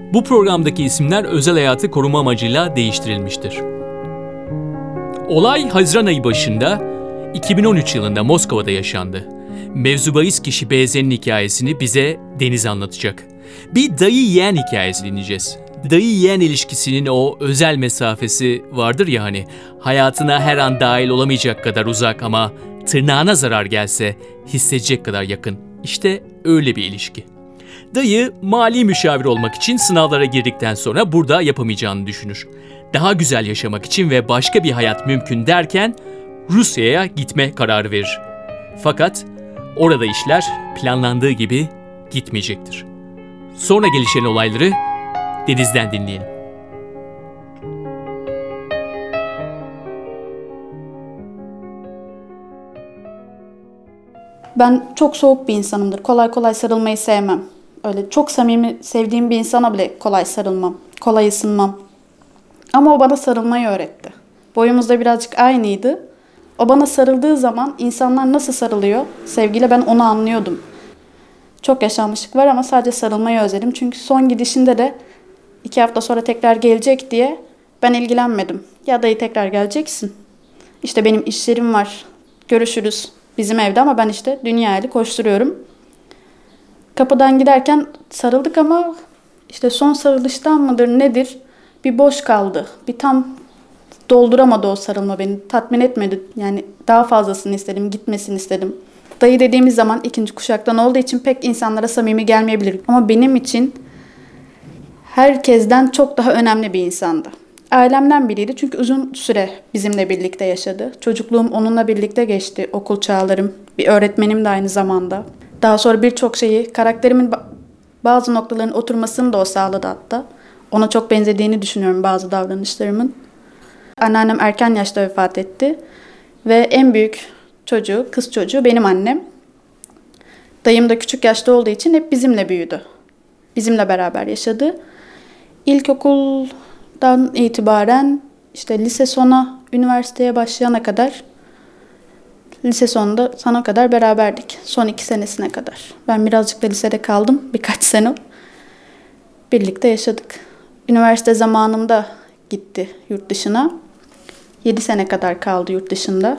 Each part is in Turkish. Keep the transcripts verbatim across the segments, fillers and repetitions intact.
Bu programdaki isimler özel hayatı koruma amacıyla değiştirilmiştir. Olay Haziran ayı başında iki bin on üç yılında Moskova'da yaşandı. Mevzu bahis kişi B Z'nin hikayesini bize Deniz anlatacak. Bir dayı-yeğen hikayesi dinleyeceğiz. Dayı-yeğen ilişkisinin o özel mesafesi vardır ya hani, hayatına her an dahil olamayacak kadar uzak ama tırnağına zarar gelse hissedecek kadar yakın. İşte öyle bir ilişki. Dayı mali müşavir olmak için sınavlara girdikten sonra burada yapamayacağını düşünür. Daha güzel yaşamak için ve başka bir hayat mümkün derken Rusya'ya gitme kararı verir. Fakat orada işler planlandığı gibi gitmeyecektir. Sonra gelişen olayları Deniz'den dinleyelim. Ben çok soğuk bir insanımdır. Kolay kolay sarılmayı sevmem. Öyle çok samimi sevdiğim bir insana bile kolay sarılmam. Kolay ısınmam. Ama o bana sarılmayı öğretti. Boyumuz da birazcık aynıydı. O bana sarıldığı zaman insanlar nasıl sarılıyor? Sevgiyle ben onu anlıyordum. Çok yaşanmışlık var ama sadece sarılmayı özledim. Çünkü son gidişinde de iki hafta sonra tekrar gelecek diye ben ilgilenmedim. Ya dayı tekrar geleceksin. İşte benim işlerim var. Görüşürüz. Bizim evde ama ben işte dünya eli koşturuyorum. Kapıdan giderken sarıldık ama işte son sarılıştan mıdır nedir? Bir boş kaldı. Bir tam dolduramadı o sarılma beni. Tatmin etmedi. Yani daha fazlasını istedim. Gitmesini istedim. Dayı dediğimiz zaman ikinci kuşaktan olduğu için pek insanlara samimi gelmeyebilir. Ama benim için herkesten çok daha önemli bir insandı. Ailemden biriydi çünkü uzun süre bizimle birlikte yaşadı. Çocukluğum onunla birlikte geçti, okul çağlarım. Bir öğretmenim de aynı zamanda. Daha sonra birçok şeyi, karakterimin bazı noktaların oturmasını da o sağladı hatta. Ona çok benzediğini düşünüyorum bazı davranışlarımın. Anneannem erken yaşta vefat etti. Ve en büyük çocuğu, kız çocuğu benim annem. Dayım da küçük yaşta olduğu için hep bizimle büyüdü. Bizimle beraber yaşadı. İlkokuldan itibaren işte lise sona, üniversiteye başlayana kadar, lise sonunda sana kadar beraberdik. Son iki senesine kadar. Ben birazcık da lisede kaldım. Birkaç sene birlikte yaşadık. Üniversite zamanımda gitti yurt dışına. Yedi sene kadar kaldı yurt dışında.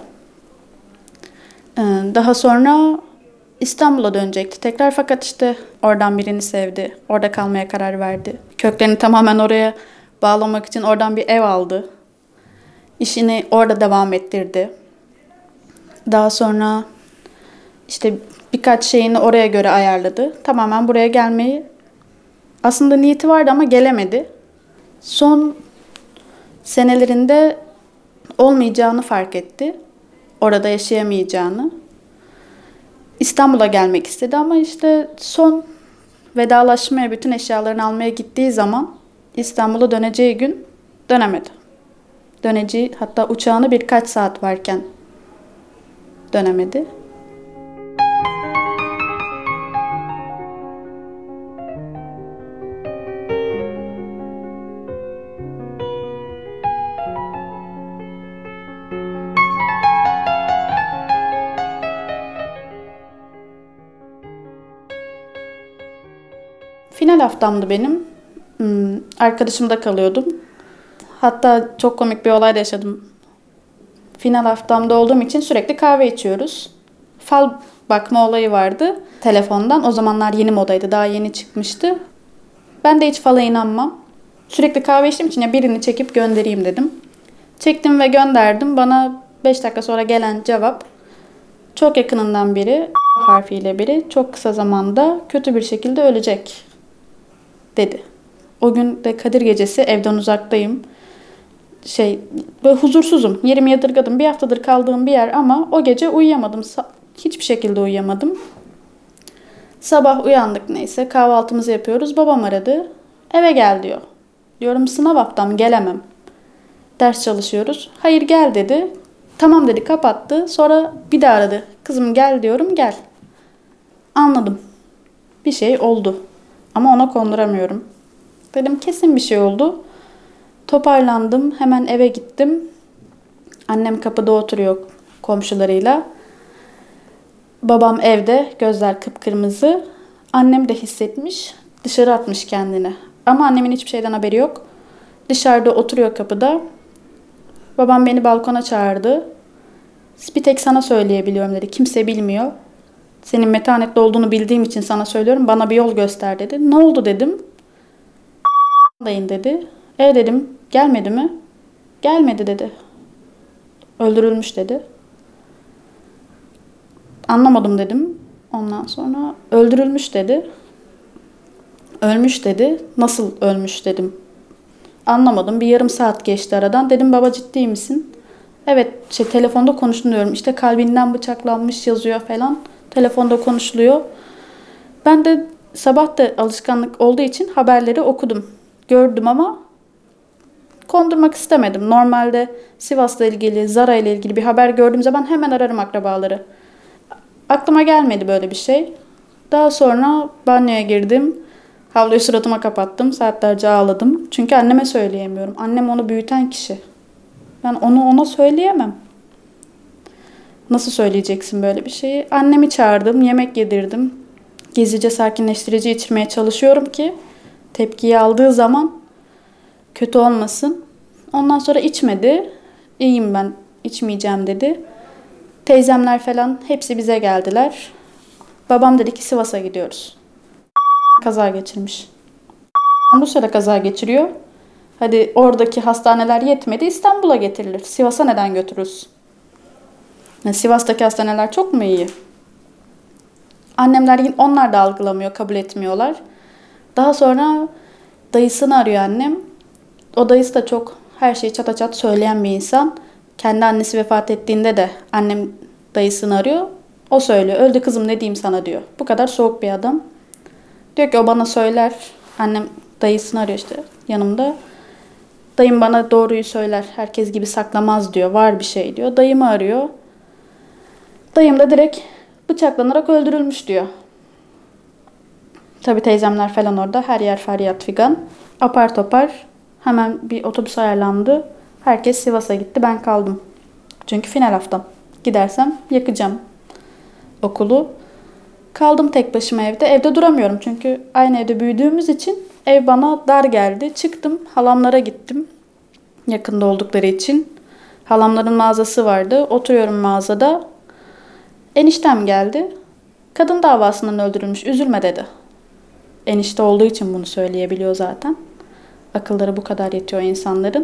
Daha sonra İstanbul'a dönecekti tekrar fakat işte oradan birini sevdi. Orada kalmaya karar verdi. Köklerini tamamen oraya bağlamak için oradan bir ev aldı. İşini orada devam ettirdi. Daha sonra işte birkaç şeyini oraya göre ayarladı. Tamamen buraya gelmeyi aslında niyeti vardı ama gelemedi. Son senelerinde olmayacağını fark etti. Orada yaşayamayacağını. İstanbul'a gelmek istedi ama işte son vedalaşmaya, bütün eşyalarını almaya gittiği zaman İstanbul'a döneceği gün dönemedi. Döneceği, hatta uçağını birkaç saat varken dönemedi. Final haftamdı benim. Arkadaşımda kalıyordum. Hatta çok komik bir olay da yaşadım. Final haftamda olduğum için sürekli kahve içiyoruz. Fal bakma olayı vardı telefondan. O zamanlar yeni modaydı. Daha yeni çıkmıştı. Ben de hiç fala inanmam. Sürekli kahve içtiğim için ya birini çekip göndereyim dedim. Çektim ve gönderdim. Bana beş dakika sonra gelen cevap, çok yakınından biri, harfiyle biri, çok kısa zamanda kötü bir şekilde ölecek dedi. O gün de Kadir Gecesi, evden uzaktayım. Şey, böyle huzursuzum. Yerimi yadırgadım. Bir haftadır kaldığım bir yer ama o gece uyuyamadım. Hiçbir şekilde uyuyamadım. Sabah uyandık neyse. Kahvaltımızı yapıyoruz. Babam aradı. Eve gel diyor. Diyorum sınav haftam, gelemem. Ders çalışıyoruz. Hayır gel dedi. Tamam dedi, kapattı. Sonra bir daha aradı. Kızım gel diyorum, gel. Anladım. Bir şey oldu. Ama ona konduramıyorum. Dedim kesin bir şey oldu. Toparlandım. Hemen eve gittim. Annem kapıda oturuyor komşularıyla. Babam evde. Gözler kıpkırmızı. Annem de hissetmiş. Dışarı atmış kendini. Ama annemin hiçbir şeyden haberi yok. Dışarıda oturuyor kapıda. Babam beni balkona çağırdı. Bir tek sana söyleyebiliyorum dedi. Kimse bilmiyor. Senin metanetli olduğunu bildiğim için sana söylüyorum. Bana bir yol göster dedi. Ne oldu dedim. Dayın dedi. E dedim. Gelmedi mi? Gelmedi dedi. Öldürülmüş dedi. Anlamadım dedim. Ondan sonra öldürülmüş dedi. Ölmüş dedi. Nasıl ölmüş dedim. Anlamadım. Bir yarım saat geçti aradan. Dedim baba ciddi misin? Evet şey telefonda konuştum diyorum. İşte kalbinden bıçaklanmış yazıyor falan. Telefonda konuşuluyor. Ben de sabah da alışkanlık olduğu için haberleri okudum. Gördüm ama kondurmak istemedim. Normalde Sivas'la ilgili, Zara ile ilgili bir haber gördüğüm zaman hemen ararım akrabaları. Aklıma gelmedi böyle bir şey. Daha sonra banyoya girdim. Havluyu suratıma kapattım. Saatlerce ağladım. Çünkü anneme söyleyemiyorum. Annem onu büyüten kişi. Ben onu ona söyleyemem. Nasıl söyleyeceksin böyle bir şeyi? Annemi çağırdım, yemek yedirdim. Gizlice sakinleştirici içirmeye çalışıyorum ki tepkiyi aldığı zaman kötü olmasın. Ondan sonra içmedi. İyiyim ben, içmeyeceğim dedi. Teyzemler falan hepsi bize geldiler. Babam dedi ki Sivas'a gidiyoruz. Kaza geçirmiş. Bu sırada kaza geçiriyor. Hadi oradaki hastaneler yetmedi, İstanbul'a getirilir. Sivas'a neden götürürüz? Yani Sivas'taki hastaneler çok mu iyi? Annemler onlar da algılamıyor, kabul etmiyorlar. Daha sonra dayısını arıyor annem. O dayısı da çok her şeyi çata çat söyleyen bir insan. Kendi annesi vefat ettiğinde de annem dayısını arıyor. O söylüyor. Öldü kızım ne diyeyim sana diyor. Bu kadar soğuk bir adam. Diyor ki o bana söyler. Annem dayısını arıyor işte yanımda. Dayım bana doğruyu söyler. Herkes gibi saklamaz diyor. Var bir şey diyor. Dayımı arıyor. Dayım da direkt bıçaklanarak öldürülmüş diyor. Tabii teyzemler falan orada. Her yer feryat figan. Apar topar hemen bir otobüs ayarlandı. Herkes Sivas'a gitti. Ben kaldım. Çünkü final haftam. Gidersem yakacağım okulu. Kaldım tek başıma evde. Evde duramıyorum çünkü aynı evde büyüdüğümüz için ev bana dar geldi. Çıktım, halamlara gittim. Yakında oldukları için. Halamların mağazası vardı. Oturuyorum mağazada. Eniştem geldi. Kadın davasından öldürülmüş. Üzülme dedi. Enişte olduğu için bunu söyleyebiliyor zaten. Akılları bu kadar yetiyor insanların.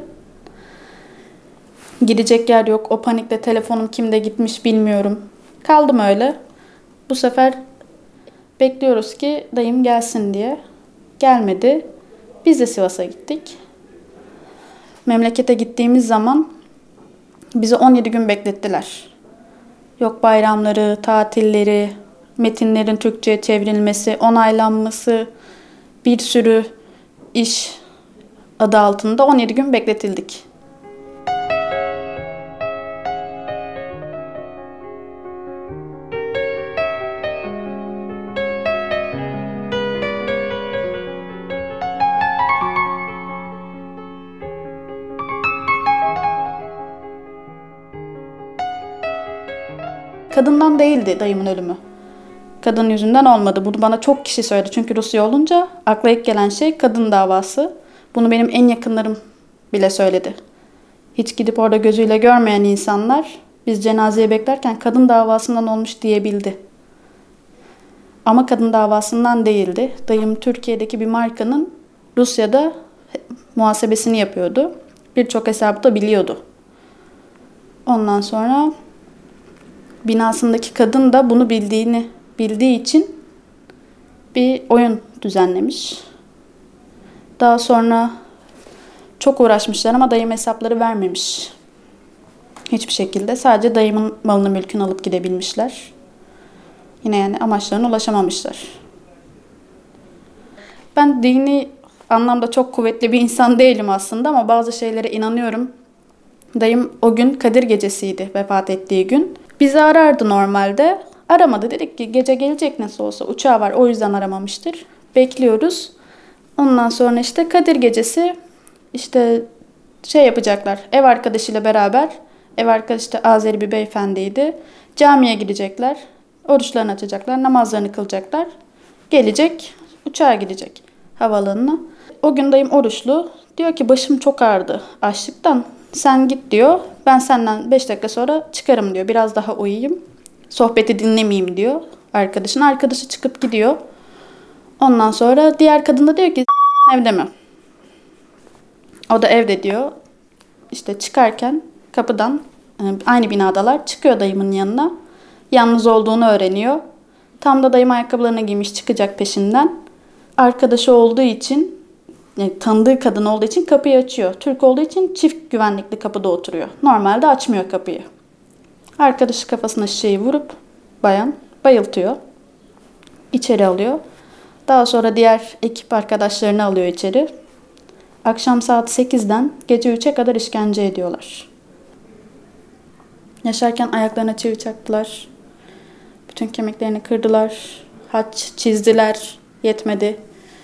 Gidecek yer yok. O panikle telefonum kimde gitmiş bilmiyorum. Kaldım öyle. Bu sefer bekliyoruz ki dayım gelsin diye. Gelmedi. Biz de Sivas'a gittik. Memlekete gittiğimiz zaman bizi on yedi gün beklettiler. Yok bayramları, tatilleri, metinlerin Türkçe'ye çevrilmesi, onaylanması, bir sürü iş adı altında on yedi gün bekletildik. Kadından değildi dayımın ölümü. Kadın yüzünden olmadı. Bunu bana çok kişi söyledi. Çünkü Rusya olunca akla ilk gelen şey kadın davası. Bunu benim en yakınlarım bile söyledi. Hiç gidip orada gözüyle görmeyen insanlar biz cenazeye beklerken kadın davasından olmuş diyebildi. Ama kadın davasından değildi. Dayım Türkiye'deki bir markanın Rusya'da muhasebesini yapıyordu. Birçok hesabı da biliyordu. Ondan sonra binasındaki kadın da bunu bildiğini bildiği için bir oyun düzenlemiş. Daha sonra çok uğraşmışlar ama dayım hesapları vermemiş. Hiçbir şekilde. Sadece dayımın malını mülkünü alıp gidebilmişler. Yine yani amaçlarına ulaşamamışlar. Ben dini anlamda çok kuvvetli bir insan değilim aslında ama bazı şeylere inanıyorum. Dayım o gün Kadir Gecesi'ydi vefat ettiği gün. Bizi arardı normalde. Aramadı. Dedik ki gece gelecek nasıl olsa. Uçağı var o yüzden aramamıştır. Bekliyoruz. Ondan sonra işte Kadir Gecesi işte şey yapacaklar. Ev arkadaşıyla beraber. Ev arkadaşı da Azeri bir beyefendiydi. Camiye gidecekler. Oruçlarını açacaklar. Namazlarını kılacaklar. Gelecek. Uçağa gidecek havaalanına. O gün dayım oruçlu. Diyor ki başım çok ağrıdı açlıktan. Sen git diyor. Ben senden beş dakika sonra çıkarım diyor. Biraz daha uyuyayım. Sohbeti dinlemeyeyim diyor arkadaşın. Arkadaşı çıkıp gidiyor. Ondan sonra diğer kadın da diyor ki evde mi? O da evde diyor. İşte çıkarken kapıdan aynı binadalar çıkıyor dayımın yanına. Yalnız olduğunu öğreniyor. Tam da dayım ayakkabılarını giymiş çıkacak peşinden. Arkadaşı olduğu için, yani tanıdığı kadın olduğu için kapıyı açıyor. Türk olduğu için çift güvenlikli kapıda oturuyor. Normalde açmıyor kapıyı. Arkadaşı kafasına şişeyi vurup bayan bayıltıyor. İçeri alıyor. Daha sonra diğer ekip arkadaşlarını alıyor içeri. Akşam saat sekizden gece üçe kadar işkence ediyorlar. Yaşarken ayaklarına çivi çaktılar. Bütün kemiklerini kırdılar. Haç çizdiler. Yetmedi.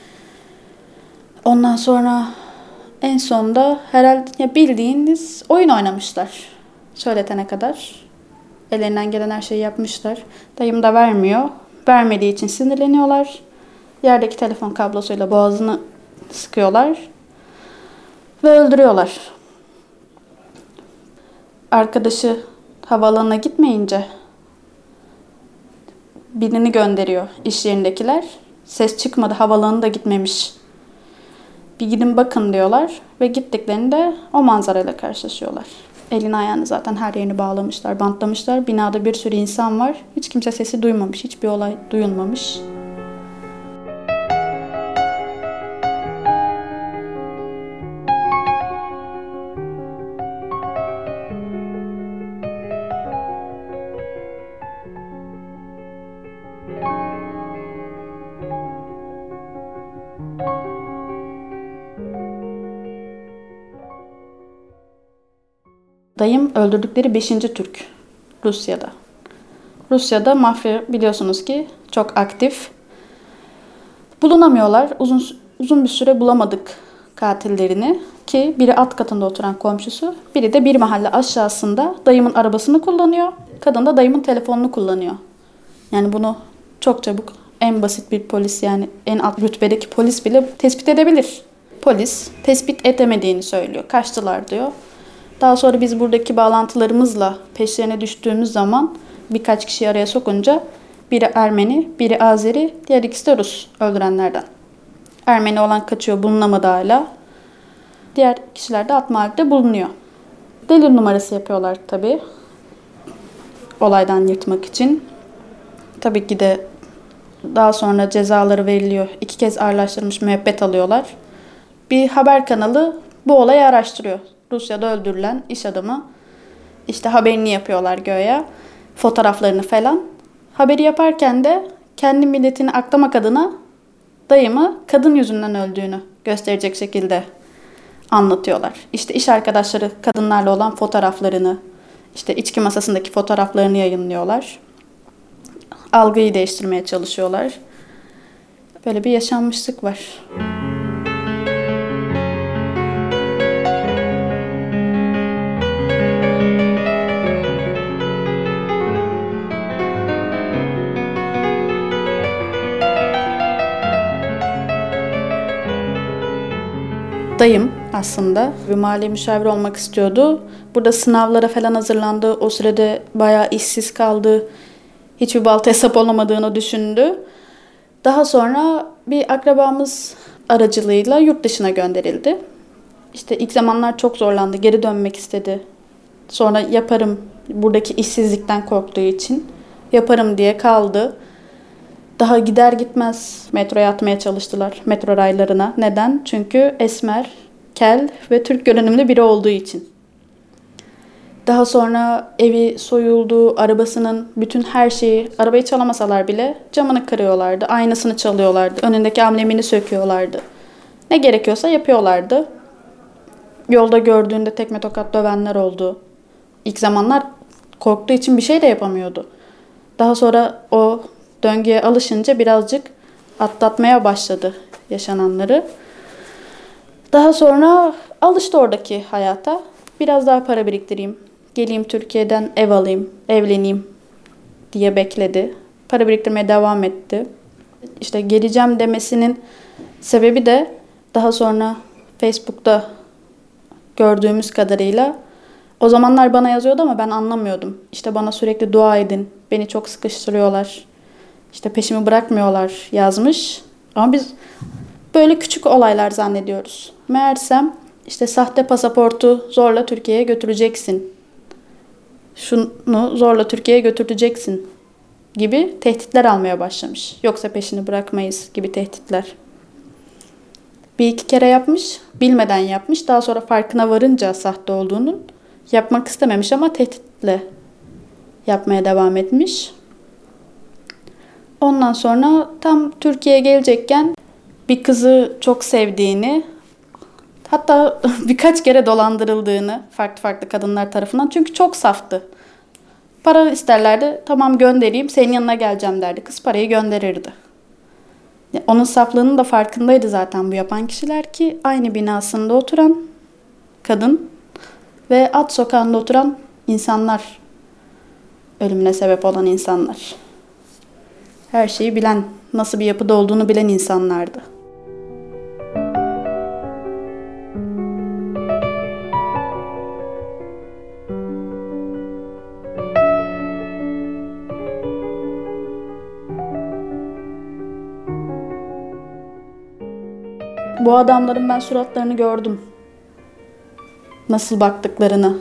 Ondan sonra en sonunda herhalde ya bildiğiniz oyun oynamışlar. Söyletene kadar. Ellerinden gelen her şeyi yapmışlar. Dayım da vermiyor. Vermediği için sinirleniyorlar. Yerdeki telefon kablosuyla boğazını sıkıyorlar. Ve öldürüyorlar. Arkadaşı havaalanına gitmeyince birini gönderiyor iş yerindekiler. Ses çıkmadı, havaalanı da gitmemiş. Bir gidin bakın diyorlar ve gittiklerinde o manzarayla karşılaşıyorlar. Elini ayağını zaten her yerini bağlamışlar, bantlamışlar. Binada bir sürü insan var. Hiç kimse sesi duymamış, hiçbir olay duyulmamış. Dayım öldürdükleri beşinci Türk Rusya'da. Rusya'da mafya biliyorsunuz ki çok aktif. Bulunamıyorlar. Uzun uzun bir süre bulamadık katillerini. Ki biri alt katında oturan komşusu, biri de bir mahalle aşağısında dayımın arabasını kullanıyor. Kadın da dayımın telefonunu kullanıyor. Yani bunu çok çabuk en basit bir polis, yani en alt rütbedeki polis bile tespit edebilir. Polis tespit edemediğini söylüyor. Kaçtılar diyor. Daha sonra biz buradaki bağlantılarımızla peşlerine düştüğümüz zaman birkaç kişi araya sokunca biri Ermeni, biri Azeri, diğer ikisi de Rus öldürenlerden. Ermeni olan kaçıyor, bulunamadı hala. Diğer kişiler de atma halinde bulunuyor. Delil numarası yapıyorlar tabii. Olaydan yırtmak için. Tabii ki de daha sonra cezaları veriliyor. İki kez ağırlaştırılmış müebbet alıyorlar. Bir haber kanalı bu olayı araştırıyor. Rusya'da öldürülen iş adamı. İşte haberini yapıyorlar göğe. Fotoğraflarını falan. Haberi yaparken de kendi milletini aklamak adına dayımı kadın yüzünden öldüğünü gösterecek şekilde anlatıyorlar. İşte iş arkadaşları kadınlarla olan fotoğraflarını, işte içki masasındaki fotoğraflarını yayınlıyorlar. Algıyı değiştirmeye çalışıyorlar. Böyle bir yaşanmışlık var. Dayım aslında bir mali müşavir olmak istiyordu. Burada sınavlara falan hazırlandı. O sürede bayağı işsiz kaldı. Hiçbir balta hesap olamadığını düşündü. Daha sonra bir akrabamız aracılığıyla yurt dışına gönderildi. İşte ilk zamanlar çok zorlandı. Geri dönmek istedi. Sonra yaparım, buradaki işsizlikten korktuğu için yaparım diye kaldı. Daha gider gitmez metroya atmaya çalıştılar, metro raylarına. Neden? Çünkü esmer, kel ve Türk görünümlü biri olduğu için. Daha sonra evi soyuldu, arabasının bütün her şeyi, arabayı çalamasalar bile camını kırıyorlardı, aynasını çalıyorlardı, önündeki amblemini söküyorlardı. Ne gerekiyorsa yapıyorlardı. Yolda gördüğünde tekme tokat dövenler oldu. İlk zamanlar korktuğu için bir şey de yapamıyordu. Daha sonra o döngüye alışınca birazcık atlatmaya başladı yaşananları. Daha sonra alıştı oradaki hayata. Biraz daha para biriktireyim, geleyim Türkiye'den ev alayım, evleneyim diye bekledi. Para biriktirmeye devam etti. İşte geleceğim demesinin sebebi de Daha sonra Facebook'ta gördüğümüz kadarıyla o zamanlar bana yazıyordu ama ben anlamıyordum. İşte bana sürekli dua edin, beni çok sıkıştırıyorlar, işte peşimi bırakmıyorlar yazmış. Ama biz böyle küçük olaylar zannediyoruz. Meğersem işte sahte pasaportu zorla Türkiye'ye götüreceksin. Şunu zorla Türkiye'ye götüreceksin gibi tehditler almaya başlamış. Yoksa peşini bırakmayız gibi tehditler. Bir iki kere yapmış, bilmeden yapmış. Daha sonra farkına varınca sahte olduğunun yapmak istememiş ama tehditle yapmaya devam etmiş. Ondan sonra tam Türkiye'ye gelecekken bir kızı çok sevdiğini, hatta birkaç kere dolandırıldığını farklı farklı kadınlar tarafından. Çünkü çok saftı. Para isterlerdi, tamam göndereyim, senin yanına geleceğim derdi. Kız parayı gönderirdi. Onun saflığının da farkındaydı zaten bu yapan kişiler ki aynı binasında oturan kadın ve At Sokağı'nda oturan insanlar, ölümüne sebep olan insanlar. Her şeyi bilen, nasıl bir yapıda olduğunu bilen insanlardı. Bu adamların ben suratlarını gördüm. Nasıl baktıklarını.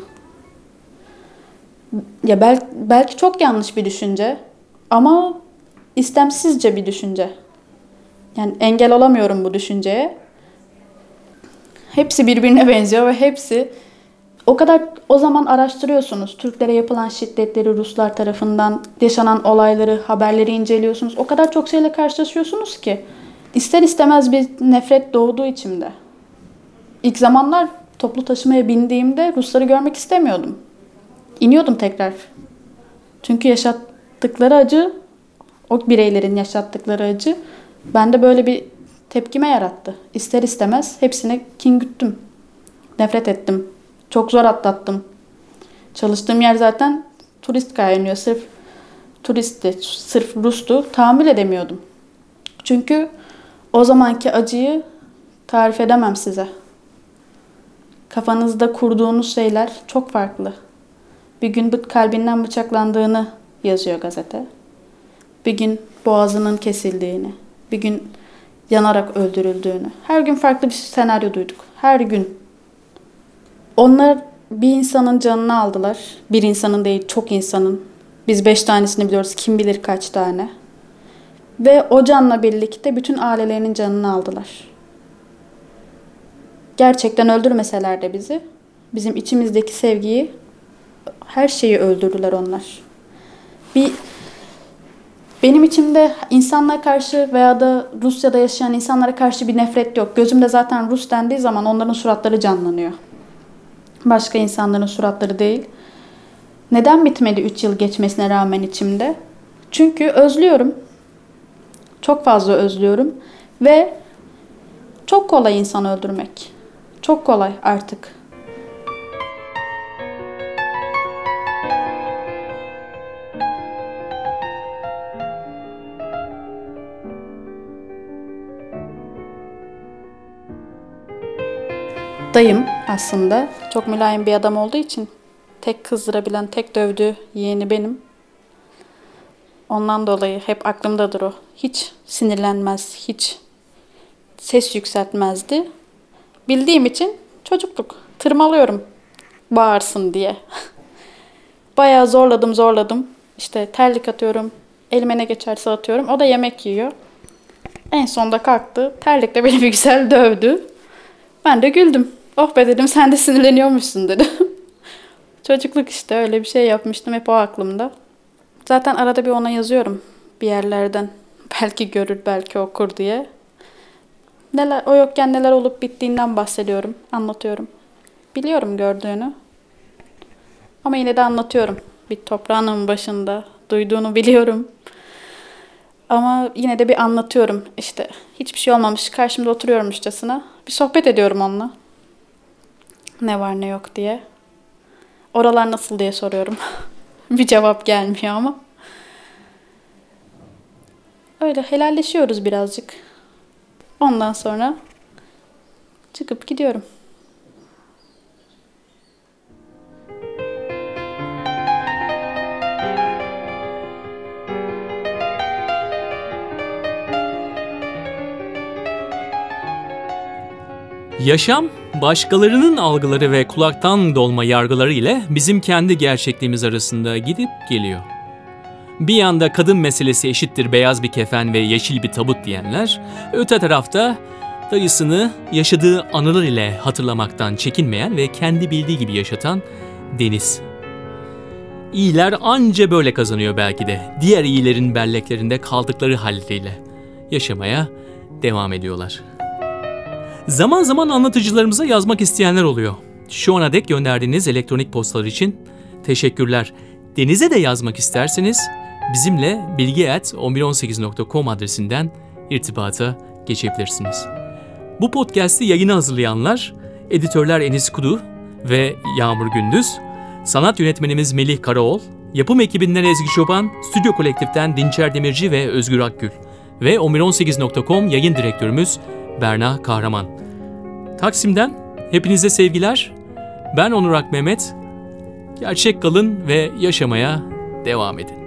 Ya bel, belki çok yanlış bir düşünce ama istemsizce bir düşünce. Yani engel olamıyorum bu düşünceye. Hepsi birbirine benziyor ve hepsi o kadar o zaman araştırıyorsunuz. Türklere yapılan şiddetleri, Ruslar tarafından yaşanan olayları, haberleri inceliyorsunuz. O kadar çok şeyle karşılaşıyorsunuz ki ister istemez bir nefret doğduğu içimde. İlk zamanlar toplu taşımaya bindiğimde Rusları görmek istemiyordum. İniyordum tekrar. Çünkü yaşattıkları acı, o bireylerin yaşattıkları acı bende böyle bir tepkime yarattı. İster istemez hepsine kin güttüm. Nefret ettim. Çok zor atlattım. Çalıştığım yer zaten turist kaynıyor. Sırf turistti, sırf Rus'tu. Tahammül edemiyordum. Çünkü o zamanki acıyı tarif edemem size. Kafanızda kurduğunuz şeyler çok farklı. Bir gün kalbinden bıçaklandığını yazıyor gazete. Bir gün boğazının kesildiğini, bir gün yanarak öldürüldüğünü. Her gün farklı bir senaryo duyduk. Her gün. Onlar bir insanın canını aldılar. Bir insanın değil, çok insanın. Biz beş tanesini biliyoruz. Kim bilir kaç tane. Ve o canla birlikte bütün ailelerinin canını aldılar. Gerçekten öldürmeseler de bizi, bizim içimizdeki sevgiyi, her şeyi öldürdüler onlar. Bir benim içimde insanlara karşı veya da Rusya'da yaşayan insanlara karşı bir nefret yok. Gözümde zaten Rus dendiği zaman onların suratları canlanıyor. Başka insanların suratları değil. Neden bitmedi üç yıl geçmesine rağmen içimde? Çünkü özlüyorum. Çok fazla özlüyorum. Ve çok kolay insan öldürmek. Çok kolay artık. Dayım aslında çok mülayim bir adam olduğu için tek kızdırabilen, tek dövdüğü yeğeni benim. Ondan dolayı hep aklımdadır o. Hiç sinirlenmez, hiç ses yükseltmezdi. Bildiğim için çocukluk. Tırmalıyorum bağırsın diye. Bayağı zorladım zorladım. İşte terlik atıyorum, elime ne geçerse atıyorum. O da yemek yiyor. En sonunda kalktı. Terlikle beni bir güzel dövdü. Ben de güldüm. Oh be dedim, sen de sinirleniyormuşsun dedim. Çocukluk işte, öyle bir şey yapmıştım, hep o aklımda. Zaten arada bir ona yazıyorum bir yerlerden. Belki görür, belki okur diye. Neler, o yokken neler olup bittiğinden bahsediyorum, anlatıyorum. Biliyorum gördüğünü. Ama yine de anlatıyorum. Bir toprağının başında duyduğunu biliyorum. Ama yine de bir anlatıyorum işte. Hiçbir şey olmamış, karşımda oturuyormuşçasına. Bir sohbet ediyorum onunla. Ne var ne yok diye. Oralar nasıl diye soruyorum. Bir cevap gelmiyor ama. Öyle helalleşiyoruz birazcık. Ondan sonra çıkıp gidiyorum. Yaşam, başkalarının algıları ve kulaktan dolma yargıları ile bizim kendi gerçekliğimiz arasında gidip geliyor. Bir yanda kadın meselesi eşittir beyaz bir kefen ve yeşil bir tabut diyenler, öte tarafta dayısını yaşadığı anılar ile hatırlamaktan çekinmeyen ve kendi bildiği gibi yaşatan Deniz. İyiler anca böyle kazanıyor belki de. Diğer iyilerin belleklerinde kaldıkları halleriyle yaşamaya devam ediyorlar. Zaman zaman anlatıcılarımıza yazmak isteyenler oluyor. Şu ana dek gönderdiğiniz elektronik postalar için teşekkürler. Deniz'e de yazmak isterseniz bizimle bilgi at on bir on sekiz nokta com adresinden irtibata geçebilirsiniz. Bu podcast'i yayına hazırlayanlar editörler Enis Kudu ve Yağmur Gündüz, sanat yönetmenimiz Melih Karaoğul, yapım ekibinden Ezgi Çoban, stüdyo kolektiften Dinçer Demirci ve Özgür Akgül ve on bir on sekiz nokta com yayın direktörümüz Berna Kahraman. Taksim'den hepinize sevgiler. Ben Onur Ak Mehmet. Gerçek kalın ve yaşamaya devam edin.